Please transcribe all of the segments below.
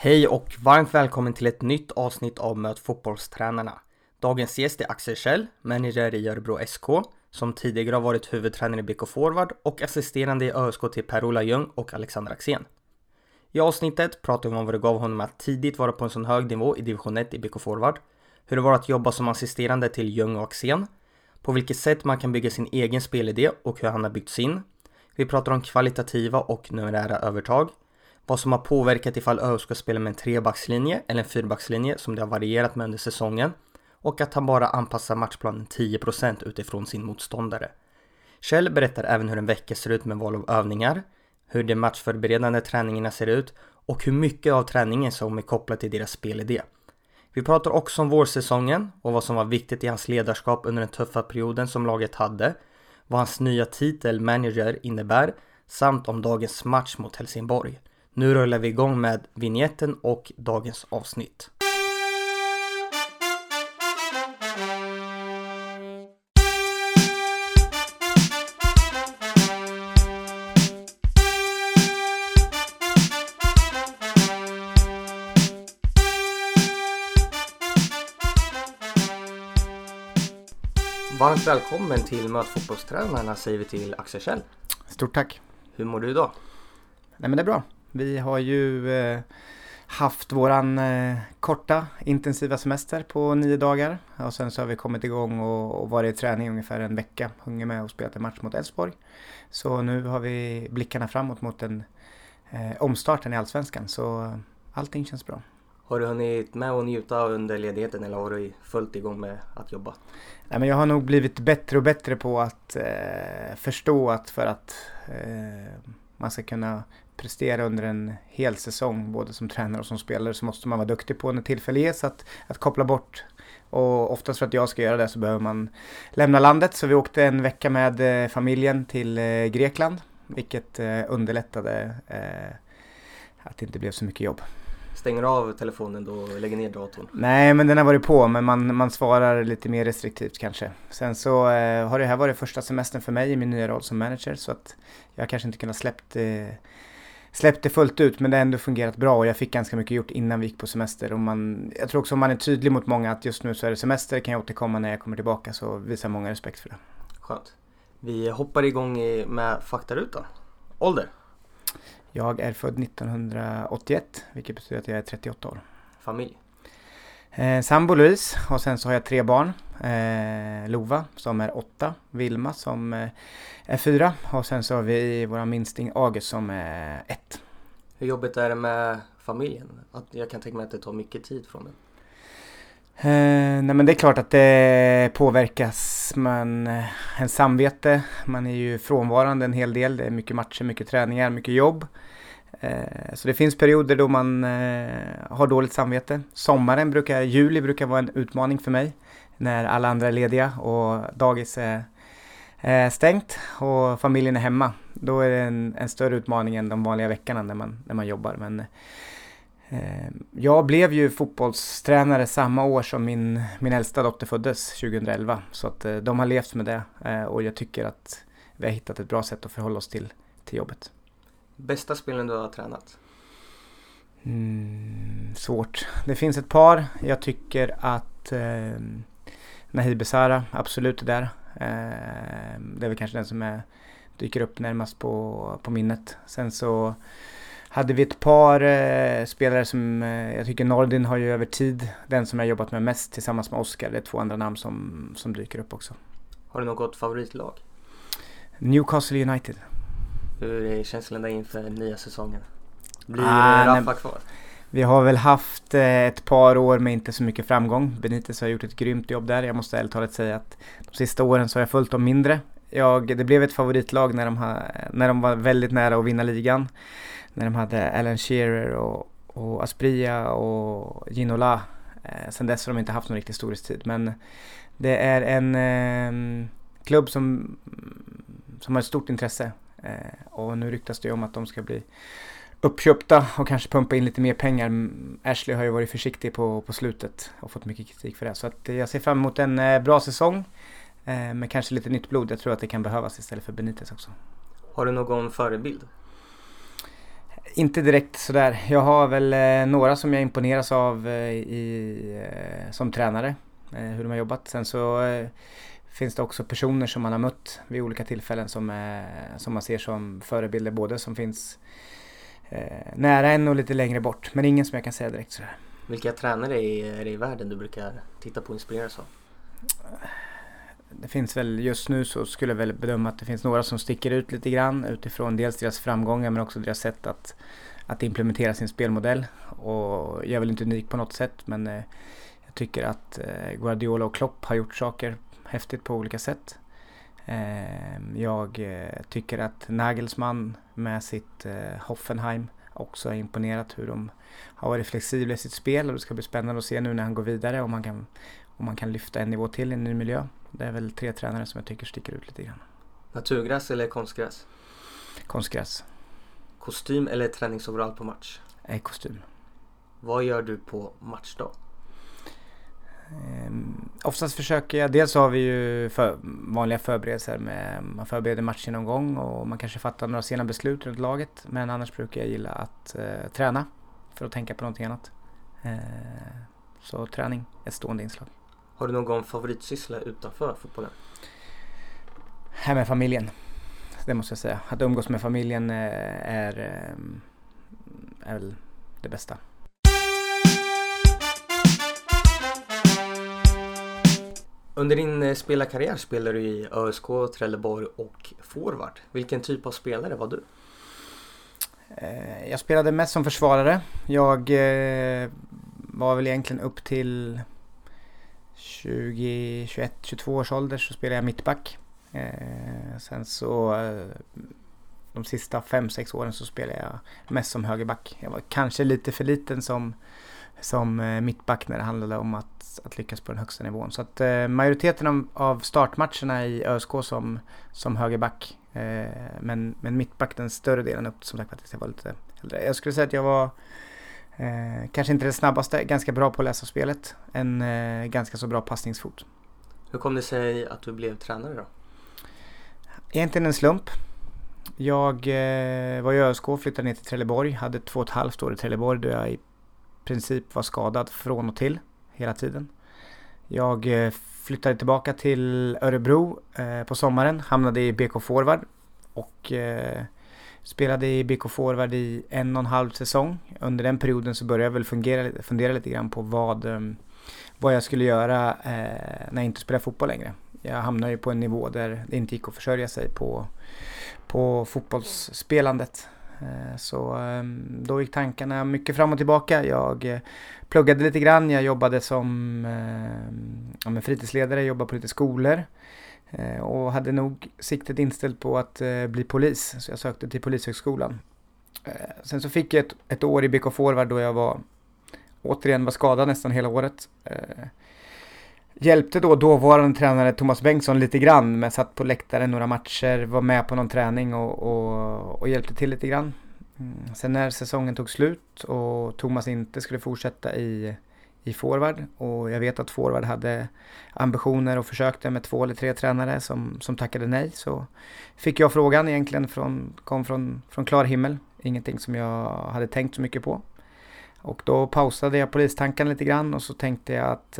Hej och varmt välkommen till ett nytt avsnitt av Möt fotbollstränarna. Dagens gäst är Axel Kjell, manager i Örebro SK, som tidigare har varit huvudtränare i BK Forward och assisterande i ÖSK till Per-Ola Ljung och Alexander Axén. I avsnittet pratar vi om vad det gav honom att tidigt vara på en sån hög nivå i division 1 i BK Forward, hur det var att jobba som assisterande till Ljung och Axén, på vilket sätt man kan bygga sin egen spelidé och hur han har byggt sin. Vi pratar om kvalitativa och numerära övertag, vad som har påverkat ifall ÖSK spelar med en 3-backslinje eller en 4-backslinje som det har varierat med under säsongen, och att han bara anpassar matchplanen 10% utifrån sin motståndare. Kjell berättar även hur en vecka ser ut med val av övningar, hur de matchförberedande träningarna ser ut och hur mycket av träningen som är kopplat till deras spelidé. Vi pratar också om vårsäsongen och vad som var viktigt i hans ledarskap under den tuffa perioden som laget hade, vad hans nya titel manager innebär samt om dagens match mot Helsingborg. Nu rullar vi igång med vignetten och dagens avsnitt. Varmt välkommen till Möt fotbollstränarna, säger vi till Axel Kjell. Stort tack. Hur mår du idag? Nej, men det är bra. Vi har ju haft våran korta intensiva semester på 9 dagar. Och sen så har vi kommit igång och varit i träning ungefär en vecka. Hunger med och spelat en match mot Elfsborg. Så nu har vi blickarna framåt mot den omstarten i Allsvenskan. Så allting känns bra. Har du hunnit med och njuta under ledigheten eller har du fullt igång med att jobba? Nej, men jag har nog blivit bättre och bättre på att förstå att för att man ska kunna prestera under en hel säsong, både som tränare och som spelare, så måste man vara duktig på när tillfälle ges att koppla bort. Och oftast för att jag ska göra det så behöver man lämna landet. Så vi åkte en vecka med familjen till Grekland, vilket underlättade att det inte blev så mycket jobb. Stänger du av telefonen då och lägger ner datorn? Nej, men den har varit på, men man svarar lite mer restriktivt kanske. Sen så har det här varit första semestern för mig i min nya roll som manager, så att jag kanske inte kunnat släppt det fullt ut, men det har ändå fungerat bra och jag fick ganska mycket gjort innan vi gick på semester. Och jag tror också om man är tydlig mot många att just nu så är det semester, kan jag återkomma när jag kommer tillbaka, så visar många respekt för det. Skönt. Vi hoppar igång med faktarutan. Ålder? Jag är född 1981, vilket betyder att jag är 38 år. Familj? Sambo Louise, och sen så har jag 3 barn. Lova som är 8, Vilma som är 4 och sen så har vi våra minsting August som är 1. Hur jobbigt är det med familjen? Jag kan tänka mig att det tar mycket tid från den. Nej, men det är klart att det påverkas. En samvete, man är ju frånvarande en hel del. Det är mycket matcher, mycket träningar, mycket jobb. Så det finns perioder då man har dåligt samvete. Juli brukar vara en utmaning för mig när alla andra är lediga och dagis är stängt och familjen är hemma. Då är det en större utmaning än de vanliga veckorna när man jobbar. Men jag blev ju fotbollstränare samma år som min äldsta dotter föddes 2011. Så att de har levt med det och jag tycker att vi har hittat ett bra sätt att förhålla oss till jobbet. Bästa spelen du har tränat? Svårt. Det finns ett par. Jag tycker att Nahid Besara absolut är där. Det är väl kanske den som dyker upp närmast på minnet. Sen så hade vi ett par spelare som jag tycker Nordin har ju över tid den som jag jobbat med mest tillsammans med Oskar. Det är 2 andra namn som dyker upp också. Har du något favoritlag? Newcastle United. Hur är känslan där inför nya säsongen? Blir Rafa kvar? Vi har väl haft ett par år med inte så mycket framgång. Benitez har gjort ett grymt jobb där. Jag måste ärligt talat säga att de sista åren så har jag följt dem mindre. Det blev ett favoritlag när de var väldigt nära att vinna ligan. När de hade Alan Shearer och Asprilla och Ginola. Sen dess har de inte haft någon riktigt storhetstid. Men det är en klubb som har ett stort intresse. Och nu ryktas det om att de ska bli uppköpta och kanske pumpa in lite mer pengar. Ashley har ju varit försiktig på slutet och fått mycket kritik för det. Så att jag ser fram emot en bra säsong med kanske lite nytt blod. Jag tror att det kan behövas istället för Benitez också. Har du någon förebild? Inte direkt sådär. Jag har väl några som jag imponeras av som tränare. Hur de har jobbat. Sen så finns det också personer som man har mött vid olika tillfällen som man ser som förebilder. Både som finns nära en och lite längre bort. Men ingen som jag kan säga direkt sådär. Vilka tränare är det i världen du brukar titta på och inspireras av? Det finns väl just nu, så skulle jag väl bedöma att det finns några som sticker ut lite grann utifrån dels deras framgångar men också deras sätt att implementera sin spelmodell. Och jag är väl inte unik på något sätt, men jag tycker att Guardiola och Klopp har gjort saker häftigt på olika sätt. Jag tycker att Nagelsmann med sitt Hoffenheim också har imponerat hur de har varit flexibla i sitt spel, och det ska bli spännande att se nu när han går vidare om man kan lyfta en nivå till i en ny miljö. Det är väl 3 tränare som jag tycker sticker ut lite grann. Naturgräs eller konstgräs? Konstgräs. Kostym eller träningsoverall på match? Kostym. Vad gör du på matchdag? Oftast försöker jag, dels har vi ju vanliga förberedelser man förbereder matchen någon gång och man kanske fattar några sena beslut runt laget, men annars brukar jag gilla att träna för att tänka på någonting annat. Så träning är ett stående inslag. Har du någon favoritsyssla utanför fotbollen? Här med familjen, det måste jag säga. Att umgås med familjen är väl det bästa. Under din spelarkarriär spelade du i ÖSK, Trelleborg och forward. Vilken typ av spelare var du? Jag spelade mest som försvarare. Jag var väl egentligen upp till 20, 21, 22 års ålder så spelade jag mittback. Sen så de sista 5-6 åren så spelade jag mest som högerback. Jag var kanske lite för liten som mittback när det handlade om att lyckas på den högsta nivån. Så att majoriteten av startmatcherna i ÖSK som högerback. Men mittback den större delen upp, som sagt, att jag var lite äldre. Jag skulle säga att jag var kanske inte det snabbaste, ganska bra på att läsa spelet. En ganska så bra passningsfot. Hur kom det sig att du blev tränare då? Egentligen en slump. Jag var i ÖSK, flyttade ner till Trelleborg. Hade 2,5 år i Trelleborg då jag i princip var skadad från och till hela tiden. Jag flyttade tillbaka till Örebro på sommaren. Hamnade i BK Forward och spelade i BK Forward i 1,5 säsong. Under den perioden så började jag väl fundera lite grann på vad jag skulle göra när jag inte spelade fotboll längre. Jag hamnade ju på en nivå där det inte gick att försörja sig på fotbollsspelandet. Så då gick tankarna mycket fram och tillbaka. Jag pluggade lite grann. Jag jobbade som fritidsledare, jobbade på lite skolor. Och hade nog siktet inställt på att bli polis. Så jag sökte till polishögskolan. Sen så fick jag ett år i BK Forward då jag återigen var skadad nästan hela året. Hjälpte då dåvarande tränare Thomas Bengtsson lite grann, men satt på läktaren några matcher, var med på någon träning och hjälpte till lite grann. Sen när säsongen tog slut och Thomas inte skulle fortsätta i forward, och jag vet att forward hade ambitioner och försökte med 2 eller 3 tränare som tackade nej, så fick jag frågan egentligen kom från klar himmel, ingenting som jag hade tänkt så mycket på. Och då pausade jag polistanken lite grann och så tänkte jag att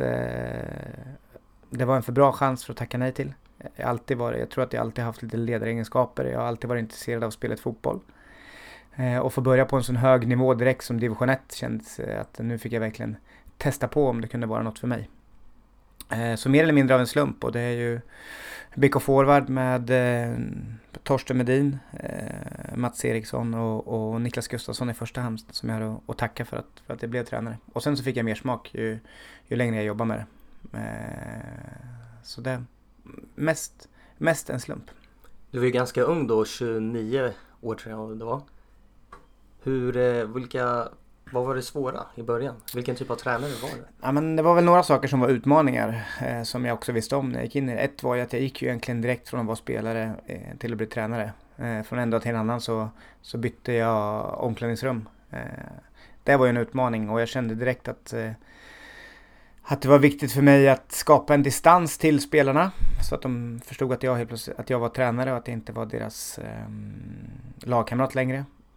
det var en för bra chans för att tacka nej till. Jag tror att jag alltid haft lite ledaregenskaper. Jag har alltid varit intresserad av spelet fotboll. Och få börja på en sån hög nivå direkt som division 1 kändes att nu fick jag verkligen testa på om det kunde vara något för mig. Så mer eller mindre av en slump, och det är ju BK Forward med Torsten Medin, Mats Eriksson och Niklas Gustafsson i första hand som jag har att tacka för att jag blev tränare. Och sen så fick jag mer smak ju längre jag jobbar med det. Så det är mest en slump. Du var ju ganska ung då, 29 år tror jag det var. Vad var det svåra i början? Vilken typ av tränare var det? Ja, men det var väl några saker som var utmaningar som jag också visste om när jag gick in i det. Ett var ju att jag gick ju egentligen direkt från att vara spelare till att bli tränare. Från en dag till en annan så bytte jag omklädningsrum. Det var ju en utmaning, och jag kände direkt att det var viktigt för mig att skapa en distans till spelarna så att de förstod att jag var tränare och att jag inte var deras lagkamrat längre.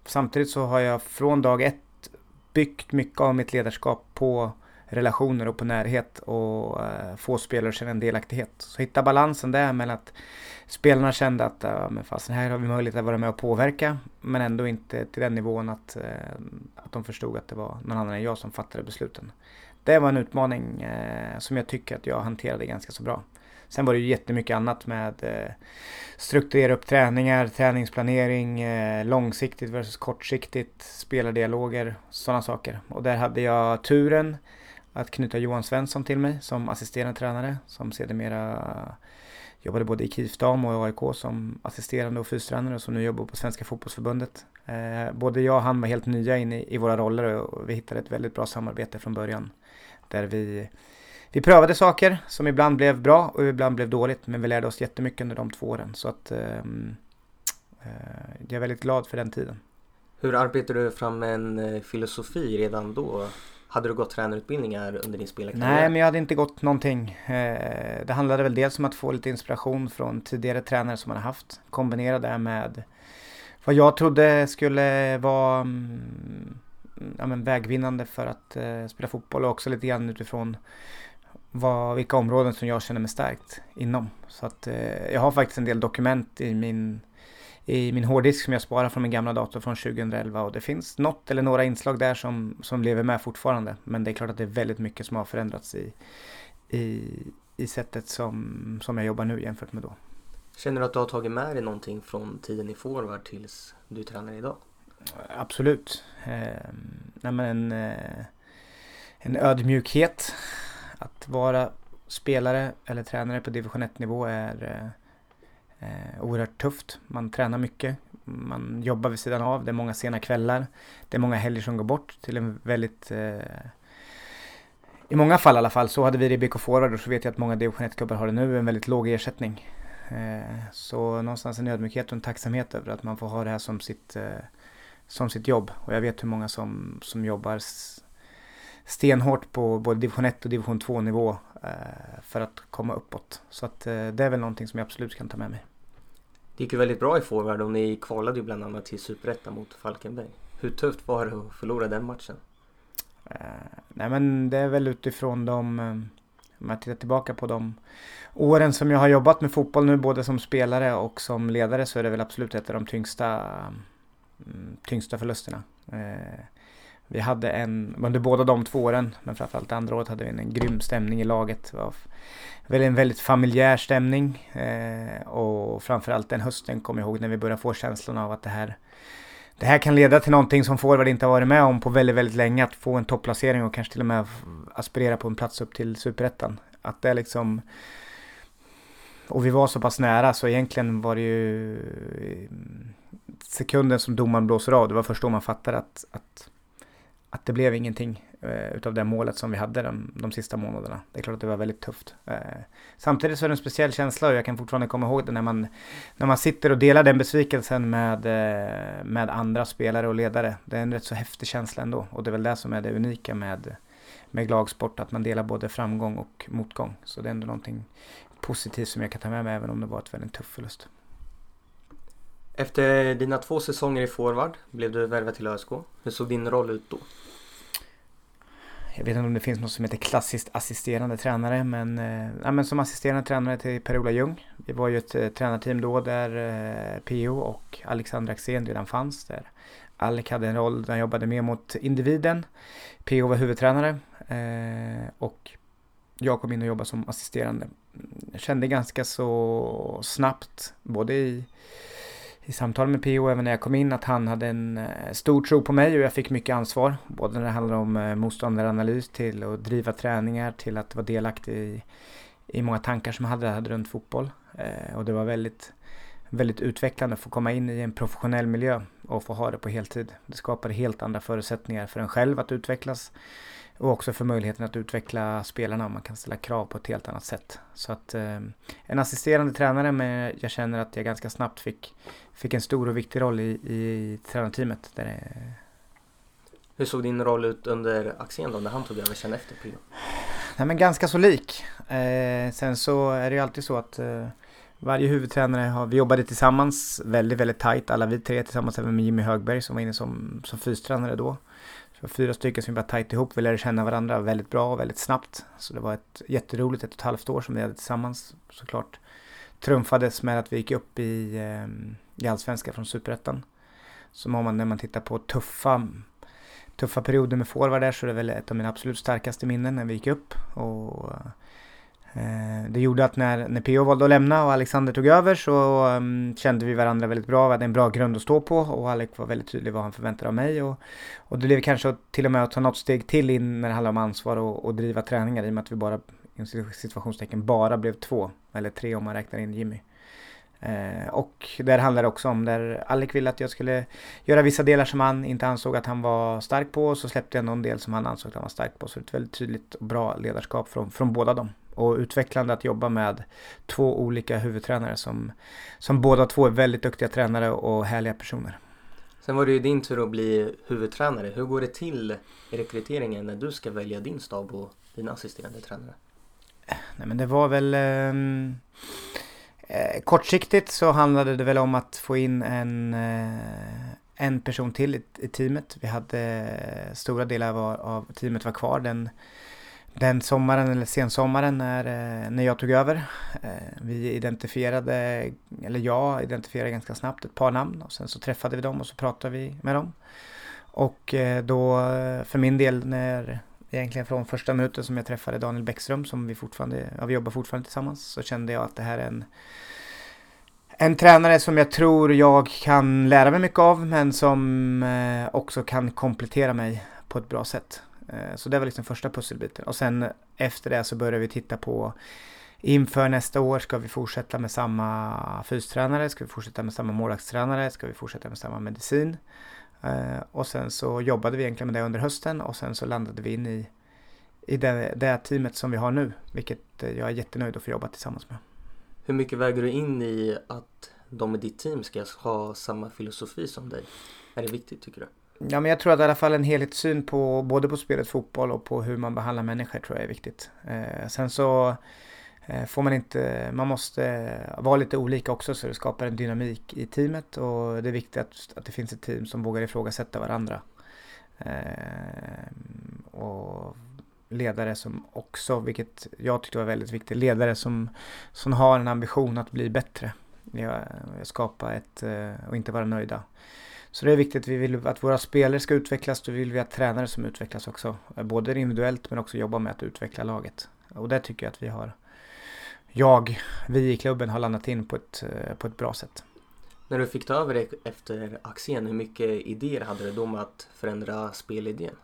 samtidigt så har jag från dag ett byggt mycket av mitt ledarskap på relationer och på närhet och få spelare att känna en delaktighet. Så hitta balansen där mellan att spelarna kände att men fast här har vi möjlighet att vara med och påverka, men ändå inte till den nivån att de förstod att det var någon annan än jag som fattade besluten. Det var en utmaning som jag tycker att jag hanterade ganska så bra. Sen var det ju jättemycket annat med strukturera upp träningar, träningsplanering, långsiktigt versus kortsiktigt, spelardialoger, sådana saker. Och där hade jag turen att knyta Johan Svensson till mig som assisterande tränare, som sedermera jobbade både i KIF Dam och i AIK som assisterande och fystränare och som nu jobbar på Svenska fotbollsförbundet. Både jag och han var helt nya in i våra roller och vi hittade ett väldigt bra samarbete från början. Där vi prövade saker som ibland blev bra och ibland blev dåligt, men vi lärde oss jättemycket under de 2 åren. Så att jag är väldigt glad för den tiden. Hur arbetade du fram en filosofi redan då? Hade du gått tränarutbildningar under din spelarkarriär? Nej, men jag hade inte gått någonting. Det handlade väl dels om att få lite inspiration från tidigare tränare som man har haft. Kombinera det med vad jag trodde skulle vara vägvinnande för att spela fotboll, och också lite grann utifrån vilka områden som jag känner mig starkt inom. Så att jag har faktiskt en del dokument i min hårddisk som jag sparar från min gamla dator från 2011, och det finns något eller några inslag där som lever med fortfarande. Men det är klart att det är väldigt mycket som har förändrats i sättet som jag jobbar nu jämfört med då. Känner du att du har tagit med dig någonting från tiden i forward tills du tränar idag? Absolut. En ödmjukhet. Att vara spelare eller tränare på division 1-nivå är oerhört tufft. Man tränar mycket. Man jobbar vid sidan av. Det är många sena kvällar. Det är många helger som går bort till en väldigt... I många fall i alla fall, så hade vi det i BK Forward, och så vet jag att många division 1-klubbar har det nu, en väldigt låg ersättning. Så någonstans en ödmjukhet och en tacksamhet över att man får ha det här som sitt jobb. Och jag vet hur många som jobbar stenhårt på både division 1 och division 2 nivå för att komma uppåt. Så att det är väl någonting som jag absolut kan ta med mig. Det gick ju väldigt bra i forward och ni kvalade ju bland annat till Superettan mot Falkenberg. Hur tufft var det att förlora den matchen? Nej, men det är väl utifrån om jag tittar tillbaka på de åren som jag har jobbat med fotboll nu, både som spelare och som ledare, så är det väl absolut ett av de tyngsta förlusterna. Vi hade under båda de 2 åren, men framförallt andra året hade vi en grym stämning i laget. Det var väl en väldigt familjär stämning, och framförallt den hösten kommer jag ihåg när vi började få känslan av att det här kan leda till någonting som forward inte har varit med om på väldigt, väldigt länge, att få en topplacering och kanske till och med aspirera på en plats upp till Superettan. Att det liksom... Och vi var så pass nära, så egentligen var det ju sekunden som domaren blåser av. Det var först då man fattade att det blev ingenting utav det målet som vi hade de sista månaderna. Det är klart att det var väldigt tufft. Samtidigt så är det en speciell känsla, och jag kan fortfarande komma ihåg det när man sitter och delar den besvikelsen med andra spelare och ledare. Det är en rätt så häftig känsla ändå, och det är väl det som är det unika med lagsport, att man delar både framgång och motgång. Så det är ändå någonting positivt som jag kan ta med mig, även om det var ett väldigt tuff förlust. Efter dina 2 säsonger i forward blev du värvad till ÖSK. Hur såg din roll ut då? Jag vet inte om det finns något som heter klassiskt assisterande tränare, men som assisterande tränare till Per-Ola Ljung. Vi var ju ett tränarteam då där PO och Alexander Axén redan fanns där. Alec hade en roll där han jobbade mer mot individen. PO var huvudtränare och jag kom in och jobbade som assisterande. Jag kände ganska så snabbt, både i samtal med PO även när jag kom in, att han hade en stor tro på mig, och jag fick mycket ansvar. Både när det handlar om motståndaranalys till att driva träningar, till att vara delaktig i många tankar som jag hade runt fotboll. Och det var väldigt, väldigt utvecklande att få komma in i en professionell miljö och få ha det på heltid. Det skapade helt andra förutsättningar för en själv att utvecklas, och också för möjligheten att utveckla spelarna, och man kan ställa krav på ett helt annat sätt. Så att en assisterande tränare, men jag känner att jag ganska snabbt fick en stor och viktig roll i tränarteamet. Hur såg din roll ut under Axén då, när han tog över sen efter PO? Nej, men ganska så lik. Sen så är det ju alltid så att Varje huvudtränare vi jobbade tillsammans väldigt, väldigt tajt. Alla vi tre tillsammans, även med Jimmy Högberg som var inne som fystränare då. Så det var 4 stycken som vi var tajt ihop. Vi lärde känna varandra väldigt bra och väldigt snabbt. Så det var ett jätteroligt 1,5 år som vi hade tillsammans. Såklart trumfades med att vi gick upp i Allsvenskan från Superettan. Så när man tittar på tuffa perioder med forward där, så är det väl ett av mina absolut starkaste minnen när vi gick upp. Och det gjorde att när P.O. valde att lämna och Alexander tog över, så kände vi varandra väldigt bra. Vi hade en bra grund att stå på, och Alex var väldigt tydlig vad han förväntade av mig. Och det blev kanske till och med att ta något steg till in när det handlar om ansvar och driva träningar, i och med att vi bara, i situationstecken, bara blev 2 eller 3 om man räknar in Jimmy. Och där handlar det också om där Alex ville att jag skulle göra vissa delar som han inte ansåg att han var stark på, och så släppte jag någon del som han ansåg att han var stark på. Så det är ett väldigt tydligt och bra ledarskap från båda dem. Och utvecklande att jobba med 2 olika huvudtränare som båda 2 är väldigt duktiga tränare och härliga personer. Sen var det ju din tur att bli huvudtränare. Hur går det till i rekryteringen när du ska välja din stab och dina assisterande tränare? Nej, men det var väl kortsiktigt så handlade det väl om att få in en person till i teamet. Vi hade stora delar av teamet var kvar den sommaren eller sensommaren när jag tog över. Jag identifierade ganska snabbt ett par namn, och sen så träffade vi dem och så pratade vi med dem. Och då för min del, egentligen från första minuten som jag träffade Daniel Bäckström, som vi jobbar fortfarande tillsammans, så kände jag att det här är en tränare som jag tror jag kan lära mig mycket av, men som också kan komplettera mig på ett bra sätt. Så det var liksom första pusselbiten. Och sen efter det så började vi titta på, inför nästa år, ska vi fortsätta med samma fystränare? Ska vi fortsätta med samma målvaktstränare? Ska vi fortsätta med samma medicin? Och sen så jobbade vi egentligen med det under hösten, och sen så landade vi in i det teamet som vi har nu, vilket jag är jättenöjd att få jobba tillsammans med. Hur mycket väger du in i att de i ditt team ska ha samma filosofi som dig? Är det viktigt, tycker du? Ja, men jag tror att i alla fall en helhetssyn på både på spelet fotboll och på hur man behandlar människor tror jag är viktigt. Sen så man måste vara lite olika också, så det skapar en dynamik i teamet, och det är viktigt att det finns ett team som vågar ifrågasätta varandra. Och ledare som också, vilket jag tyckte var väldigt viktigt, ledare som har en ambition att bli bättre. Skapa och inte vara nöjda. Så det är viktigt, vi vill att våra spelare ska utvecklas, då vill vi att tränare som utvecklas också. Både individuellt men också jobba med att utveckla laget. Och det tycker jag att vi i klubben har landat in på ett bra sätt. När du fick ta över det efter Axén, hur mycket idéer hade du då om att förändra spelidén?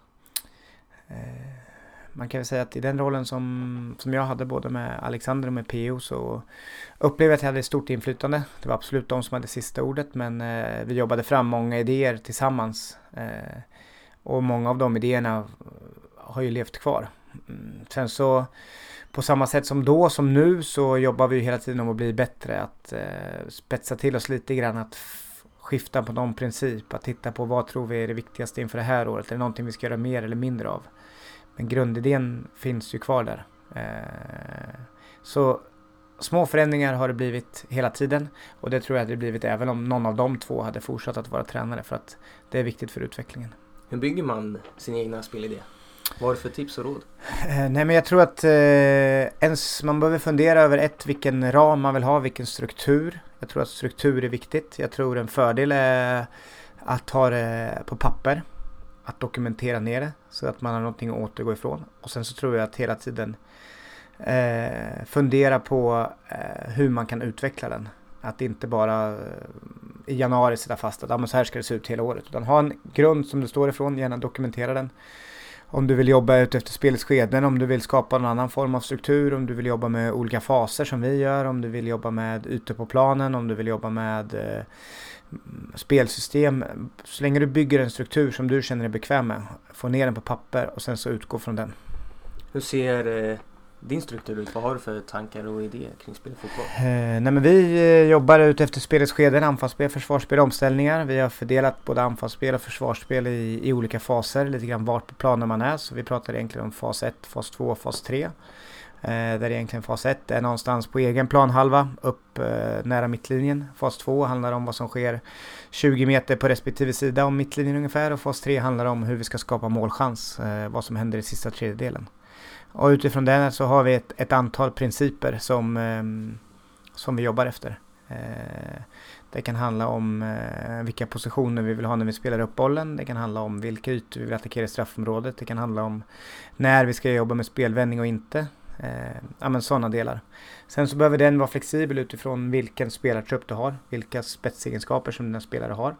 Man kan väl säga att i den rollen som jag hade både med Alexander och med P.O. så upplevde jag att jag hade stort inflytande. Det var absolut de som hade sista ordet, men vi jobbade fram många idéer tillsammans. Och många av de idéerna har ju levt kvar. Sen så på samma sätt som då som nu så jobbar vi hela tiden om att bli bättre. Att spetsa till oss lite grann, att skifta på någon princip. Att titta på vad tror vi är det viktigaste inför det här året. Är det någonting vi ska göra mer eller mindre av? Men grundidén finns ju kvar där. Så små förändringar har det blivit hela tiden. Och det tror jag att det blivit även om någon av de 2 hade fortsatt att vara tränare. För att det är viktigt för utvecklingen. Hur bygger man sin egna spelidé? Vad har du för tips och råd? Nej, men jag tror att man behöver fundera över vilken ram man vill ha, vilken struktur. Jag tror att struktur är viktigt. Jag tror en fördel är att ha det på papper. Att dokumentera ner det så att man har någonting att återgå ifrån. Och sen så tror jag att hela tiden fundera på hur man kan utveckla den. Att inte bara i januari sätta fast att så här ska det se ut hela året. Utan ha en grund som det står ifrån, gärna dokumentera den. Om du vill jobba ut efter spelets skeden, om du vill skapa en annan form av struktur, om du vill jobba med olika faser som vi gör, om du vill jobba med ute på planen, om du vill jobba med spelsystem. Så länge du bygger en struktur som du känner dig bekväm med, få ner den på papper och sen så utgå från den. Hur ser din struktur ut? Vad har du för tankar och idéer kring spel och fotboll? Nej, men vi jobbar ut efter spelets skeden, anfallsspel, försvarsspel, omställningar. Vi har fördelat både anfallsspel och försvarsspel i olika faser, lite grann vart på planen man är. Så vi pratar egentligen om fas 1, fas 2 och fas 3. Där egentligen fas 1 är någonstans på egen planhalva upp nära mittlinjen. Fas 2 handlar om vad som sker 20 meter på respektive sida om mittlinjen ungefär. Och fas 3 handlar om hur vi ska skapa målchans, vad som händer i sista tredjedelen. Och utifrån det så har vi ett antal principer som vi jobbar efter. Det kan handla om vilka positioner vi vill ha när vi spelar upp bollen. Det kan handla om vilka ytor vi vill attackera i straffområdet. Det kan handla om när vi ska jobba med spelvändning och inte. Men sådana delar. Sen så behöver den vara flexibel utifrån vilken spelartrupp du har. Vilka spetsegenskaper som dina spelare har.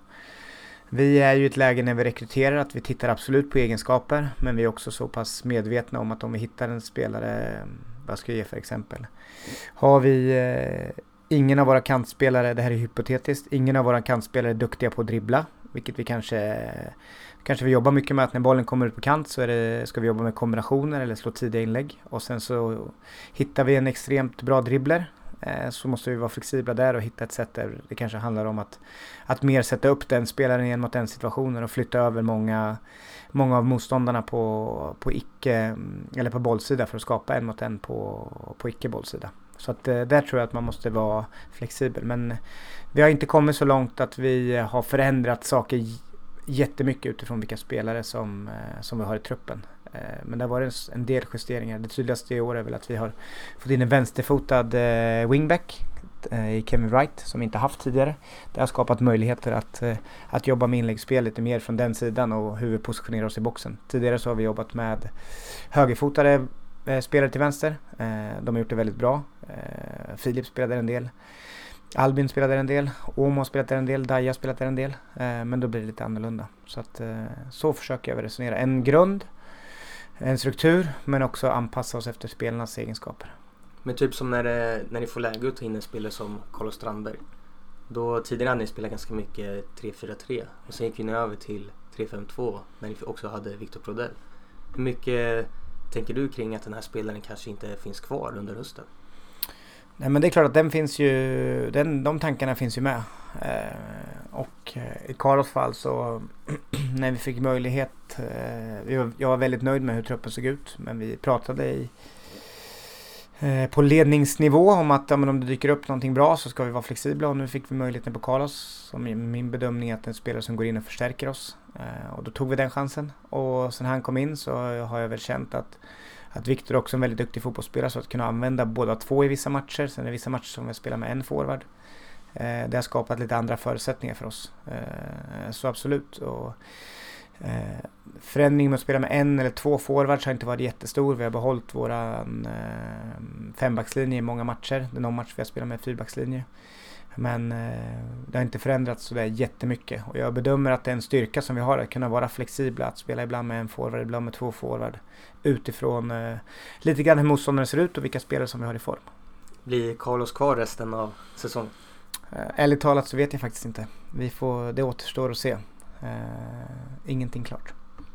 Vi är ju i ett läge när vi rekryterar att vi tittar absolut på egenskaper. Men vi är också så pass medvetna om att om vi hittar en spelare, vad ska jag ge för exempel? Har vi ingen av våra kantspelare, det här är hypotetiskt, ingen av våra kantspelare är duktiga på att dribbla. Vilket vi kanske vi jobbar mycket med, att när bollen kommer ut på kant så ska vi jobba med kombinationer eller slå tidiga inlägg. Och sen så hittar vi en extremt bra dribbler, så måste vi vara flexibla där och hitta ett sätt där det kanske handlar om att mer sätta upp den spelaren igen mot den situationen och flytta över många av motståndarna på icke eller på bollsida för att skapa en mot en på icke bollsida. Så att där tror jag att man måste vara flexibel. Men vi har inte kommit så långt att vi har förändrat saker jättemycket utifrån vilka spelare som vi har i truppen. Men det har varit en del justeringar. Det tydligaste i år är väl att vi har fått in en vänsterfotad wingback i Kevin Wright som vi inte haft tidigare. Det har skapat möjligheter att jobba med inläggsspel lite mer från den sidan och hur vi positionerar oss i boxen. Tidigare så har vi jobbat med högerfotade spelare till vänster. De har gjort det väldigt bra. Filip spelade en del. Albin spelade en del. Omo spelade en del. Daja spelade en del. Men då blir det lite annorlunda. Så att så försöker jag resonera. En grund, en struktur, men också anpassa oss efter spelarnas egenskaper. Men typ som när ni får läge att ta in en spelare som Carlos Strandberg. Då tidigare hade ni spelat ganska mycket 3-4-3. Och sen gick vi över till 3-5-2 när ni också hade Victor Prodell. Hur mycket tänker du kring att den här spelaren kanske inte finns kvar under hösten? Nej, men det är klart att den finns ju, de tankarna finns ju med. Och i Carlos fall så när vi fick möjlighet, jag var väldigt nöjd med hur truppen såg ut, men vi pratade på ledningsnivå om att om det dyker upp någonting bra så ska vi vara flexibla, och nu fick vi möjligheten på Carlos, som min bedömning är att en spelare som går in och förstärker oss, och då tog vi den chansen. Och sen han kom in så har jag väl känt att Victor också är en väldigt duktig fotbollsspelare, så att kunna använda båda två i vissa matcher. Sen är det vissa matcher som vi spelar med en forward. Det har skapat lite andra förutsättningar för oss. Så absolut. Och förändringen med att spela med en eller två forwards har inte varit jättestor. Vi har behållit våran fembackslinje i många matcher. Det är någon match vi har spelat med fyrbackslinje. Men det har inte förändrats så där jättemycket. Och jag bedömer att det är en styrka som vi har att kunna vara flexibla. Att spela ibland med en forward, ibland med två forward. Utifrån lite grann hur motståndaren ser ut och vilka spelare som vi har i form. Blir Carlos kvar resten av säsongen? Ärligt talat så vet jag faktiskt inte. Det återstår att se. Ingenting klart.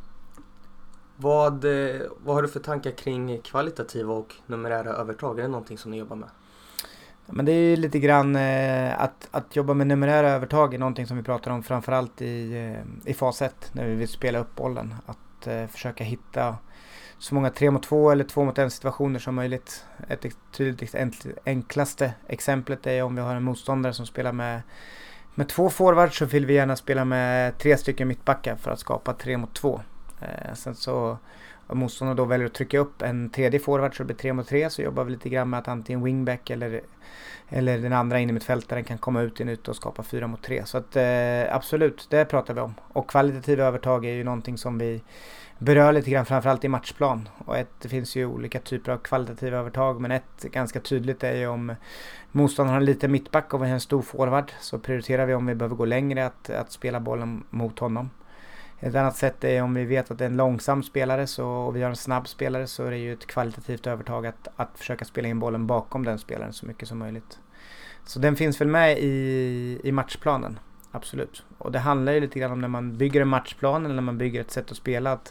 Vad har du för tankar kring kvalitativa och numerära övertag? Är det någonting som ni jobbar med? Men det är lite grann att jobba med numerära övertag är någonting som vi pratar om framförallt i fas 1 när vi vill spela upp bollen. Att försöka hitta så många 3-mot-2 eller 2-mot-1 situationer som möjligt. Ett tydligt enklaste exemplet är om vi har en motståndare som spelar med två forwards, så vill vi gärna spela med 3 stycken mittbackar för att skapa 3-mot-2. Sen så om motståndaren då väljer att trycka upp en tredje forward så det blir 3-mot-3, så jobbar vi lite grann med att antingen wingback eller den andra in i mittfältaren kan komma ut i en yta och skapa 4-mot-3. Så att absolut, det pratar vi om. Och kvalitativa övertag är ju någonting som vi berör lite grann framförallt i matchplan. Och det finns ju olika typer av kvalitativa övertag, men ett ganska tydligt är ju om motståndaren har en liten mittback och vi har en stor forward, så prioriterar vi om vi behöver gå längre att spela bollen mot honom. Ett annat sätt är om vi vet att det är en långsam spelare och vi har en snabb spelare, så är det ju ett kvalitativt övertag att försöka spela in bollen bakom den spelaren så mycket som möjligt. Så den finns väl med i matchplanen, absolut. Och det handlar ju lite grann om när man bygger en matchplan eller när man bygger ett sätt att spela, att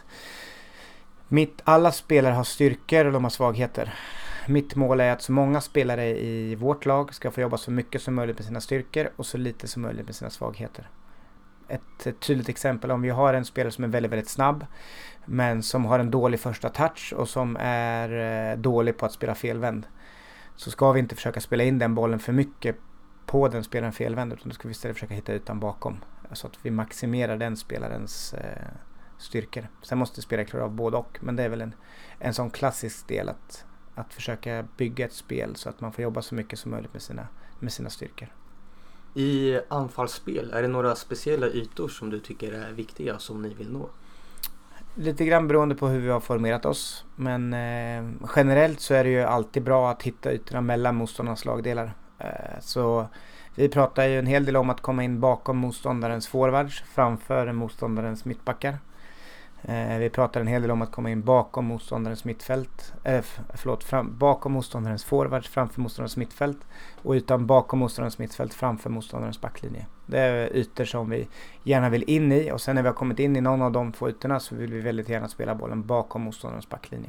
alla spelare har styrkor och de har svagheter. Mitt mål är att så många spelare i vårt lag ska få jobba så mycket som möjligt med sina styrkor och så lite som möjligt med sina svagheter. ett tydligt exempel. Om vi har en spelare som är väldigt, väldigt snabb men som har en dålig första touch och som är dålig på att spela felvänd, så ska vi inte försöka spela in den bollen för mycket på den spelaren felvänd, utan då ska vi istället försöka hitta ytan bakom. Så att vi maximerar den spelarens styrkor. Sen måste spelare klara av både och, men det är väl en sån klassisk del att försöka bygga ett spel så att man får jobba så mycket som möjligt med sina styrkor. I anfallsspel, är det några speciella ytor som du tycker är viktiga som ni vill nå? Lite grann beroende på hur vi har formerat oss, men generellt så är det ju alltid bra att hitta ytorna mellan motståndarnas lagdelar. Så vi pratar ju en hel del om att komma in bakom motståndarens forwards framför motståndarens mittbackar. Vi pratar en hel del om att komma in bakom motståndarens mittfält, bakom motståndarens forwards framför motståndarens mittfält, och utan bakom motståndarens mittfält framför motståndarens backlinje. Det är ytor som vi gärna vill in i, och sen när vi har kommit in i någon av de två ytorna så vill vi väldigt gärna spela bollen bakom motståndarens backlinje.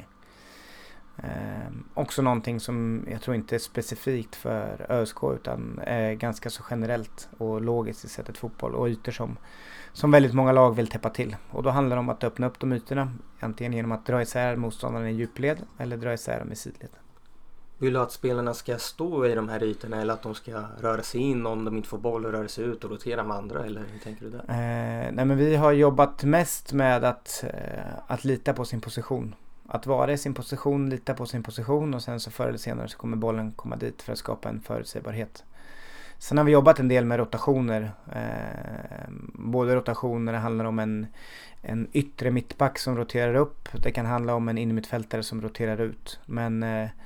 Också någonting som jag tror inte är specifikt för ÖSK utan är ganska så generellt och logiskt i sättet fotboll, och ytor som väldigt många lag vill täppa till. Och då handlar det om att öppna upp de ytorna, antingen genom att dra isär motståndaren i djupled eller dra isär dem i sidled. Vill du att spelarna ska stå i de här ytorna, eller att de ska röra sig in om de inte får boll och röra sig ut och rotera med andra, eller hur tänker du där? Nej, men vi har jobbat mest med att lita på sin position. Att vara i sin position, lita på sin position, och sen så förr eller senare så kommer bollen komma dit för att skapa en förutsägbarhet. Sen har vi jobbat en del med rotationer. Både rotationer, det handlar om en yttre mittback som roterar upp. Det kan handla om en innermittfältare som roterar ut. Men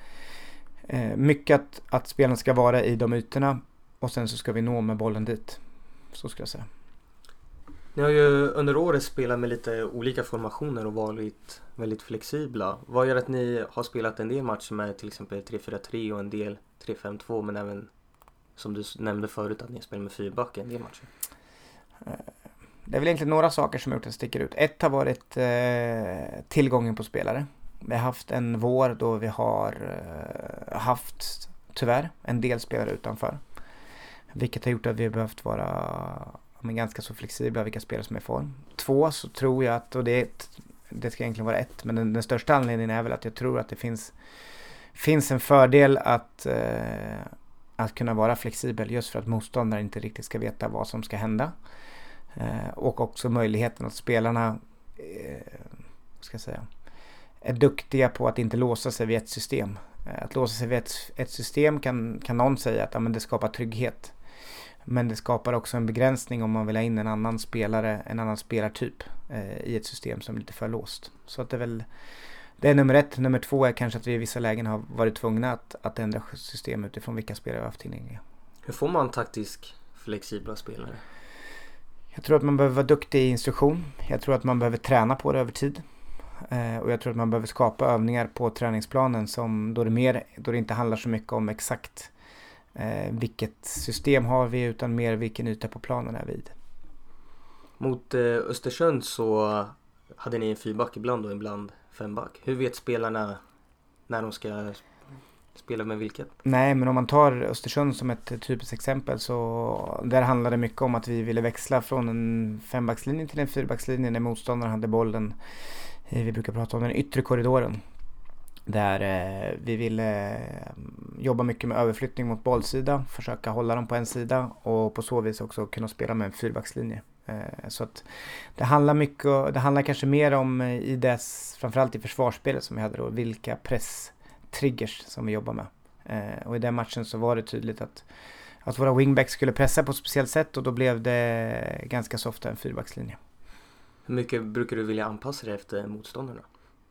mycket att spelaren ska vara i de ytorna, och sen så ska vi nå med bollen dit. Så ska jag säga. Ni har ju under året spelat med lite olika formationer och varit väldigt flexibla. Vad gör att ni har spelat en del matcher med till exempel 3-4-3 och en del 3-5-2, men även som du nämnde förut att ni spelar med 4-back en del matcher? Det är väl egentligen några saker som har gjort att det sticker ut. Ett har varit tillgången på spelare. Vi har haft en vår då vi har haft tyvärr en del spelare utanför. Vilket har gjort att vi har behövt vara ganska så flexibla vilka spelare som är i form. 2 så tror jag att, och det ska egentligen vara 1, men den största anledningen är väl att jag tror att det finns en fördel att kunna vara flexibel, just för att motståndare inte riktigt ska veta vad som ska hända. Och också möjligheten att spelarna är duktiga på att inte låsa sig vid ett system. Att låsa sig vid ett system kan någon säga att men det skapar trygghet. Men det skapar också en begränsning om man vill ha in en annan spelartyp i ett system som är lite för låst. Så att det är nummer 1. Nummer 2 är kanske att vi i vissa lägen har varit tvungna att ändra system utifrån vilka spelare vi har haft tillgängliga. Hur får man taktiskt flexibla spelare? Jag tror att man behöver vara duktig i instruktion. Jag tror att man behöver träna på det över tid. Och jag tror att man behöver skapa övningar på träningsplanen då det inte handlar så mycket om exakt vilket system har vi, utan mer vilken yta på planen är vid. Mot Östersund så hade ni en 4-back ibland och ibland 5-back. Hur vet spelarna när de ska spela med vilket? Nej, men om man tar Östersund som ett typiskt exempel, så där handlade det mycket om att vi ville växla från en 5-backslinje till en 4-backslinje när motståndaren hade bollen. Vi brukar prata om den yttre korridoren. Där vi ville jobba mycket med överflyttning mot bollsida, försöka hålla dem på en sida och på så vis också kunna spela med en 4-backslinje. Så att det handlar kanske mer om framförallt i försvarsspelet som vi hade då, vilka presstriggers som vi jobbar med. Och i den matchen så var det tydligt att våra wingbacks skulle pressa på ett speciellt sätt, och då blev det ganska så ofta en 4-backslinje. Hur mycket brukar du vilja anpassa dig efter motståndarna?